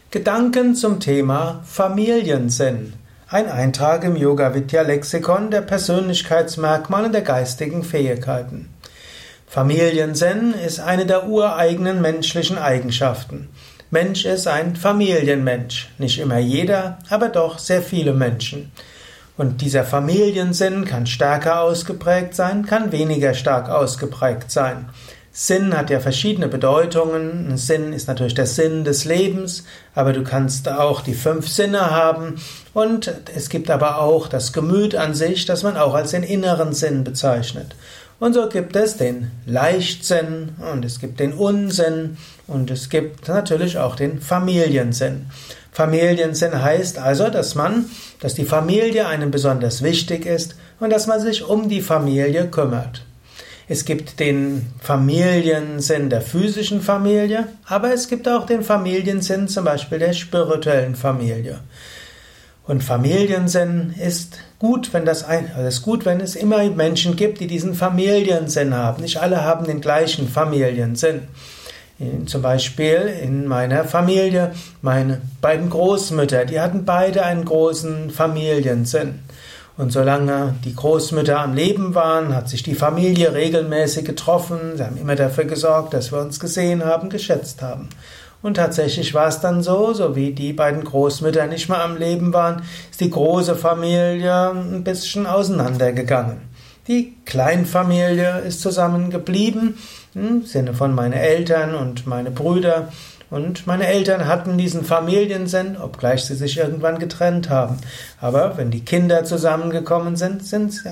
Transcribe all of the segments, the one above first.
Gedanken zum Thema Familiensinn. Ein Eintrag im Yoga-Vidya-Lexikon der Persönlichkeitsmerkmale der geistigen Fähigkeiten. Familiensinn ist eine der ureigenen menschlichen Eigenschaften. Mensch ist ein Familienmensch. Nicht immer jeder, aber doch sehr viele Menschen. Und dieser Familiensinn kann stärker ausgeprägt sein, kann weniger stark ausgeprägt sein. Sinn hat ja verschiedene Bedeutungen. Ein Sinn ist natürlich der Sinn des Lebens, aber du kannst auch die 5 Sinne haben. Und es gibt aber auch das Gemüt an sich, das man auch als den inneren Sinn bezeichnet. Und so gibt es den Leichtsinn und es gibt den Unsinn und es gibt natürlich auch den Familiensinn. Familiensinn heißt also, dass die Familie einem besonders wichtig ist und dass man sich um die Familie kümmert. Es gibt den Familiensinn der physischen Familie, aber es gibt auch den Familiensinn zum Beispiel der spirituellen Familie. Und Familiensinn ist gut, wenn es immer Menschen gibt, die diesen Familiensinn haben. Nicht alle haben den gleichen Familiensinn. Zum Beispiel in meiner Familie, meine beiden Großmütter, die hatten beide einen großen Familiensinn. Und solange die Großmütter am Leben waren, hat sich die Familie regelmäßig getroffen. Sie haben immer dafür gesorgt, dass wir uns gesehen haben, geschätzt haben. Und tatsächlich war es dann so wie die beiden Großmütter nicht mehr am Leben waren, ist die große Familie ein bisschen auseinandergegangen. Die Kleinfamilie ist zusammengeblieben, im Sinne von meine Eltern und meine Brüder. Und meine Eltern hatten diesen Familiensinn, obgleich sie sich irgendwann getrennt haben. Aber wenn die Kinder zusammengekommen sind,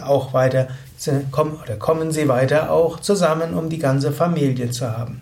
kommen sie weiter auch zusammen, um die ganze Familie zu haben.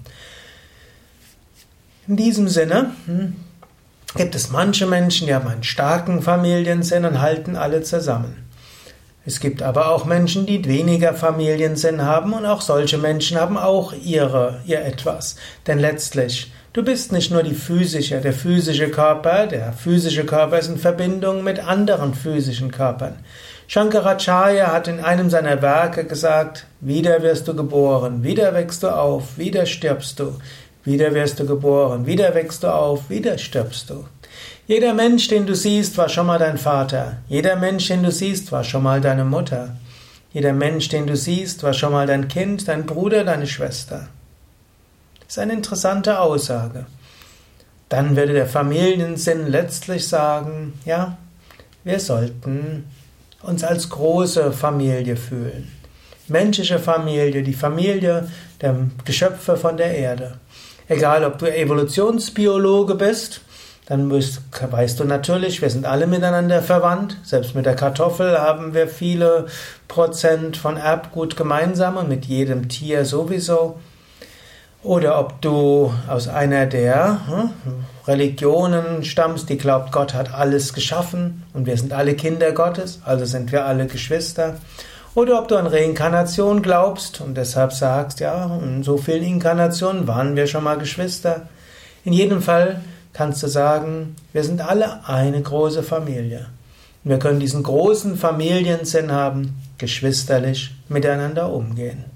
In diesem Sinne gibt es manche Menschen, die haben einen starken Familiensinn und halten alle zusammen. Es gibt aber auch Menschen, die weniger Familiensinn haben und auch solche Menschen haben auch ihr etwas. Denn letztlich, du bist nicht nur der physische Körper. Der physische Körper ist in Verbindung mit anderen physischen Körpern. Shankaracharya hat in einem seiner Werke gesagt, wieder wirst du geboren, wieder wächst du auf, wieder stirbst du. Wieder wirst du geboren, wieder wächst du auf, wieder stirbst du. Jeder Mensch, den du siehst, war schon mal dein Vater. Jeder Mensch, den du siehst, war schon mal deine Mutter. Jeder Mensch, den du siehst, war schon mal dein Kind, dein Bruder, deine Schwester. Das ist eine interessante Aussage. Dann würde der Familiensinn letztlich sagen, ja, wir sollten uns als große Familie fühlen. Menschliche Familie, die Familie der Geschöpfe von der Erde. Egal, ob du Evolutionsbiologe bist, dann weißt du natürlich, wir sind alle miteinander verwandt. Selbst mit der Kartoffel haben wir viele Prozent von Erbgut gemeinsam und mit jedem Tier sowieso. Oder ob du aus einer der Religionen stammst, die glaubt, Gott hat alles geschaffen und wir sind alle Kinder Gottes, also sind wir alle Geschwister. Oder ob du an Reinkarnation glaubst und deshalb sagst, ja, in so vielen Inkarnationen waren wir schon mal Geschwister. In jedem Fall kannst du sagen, wir sind alle eine große Familie. Und wir können diesen großen Familiensinn haben, geschwisterlich miteinander umgehen.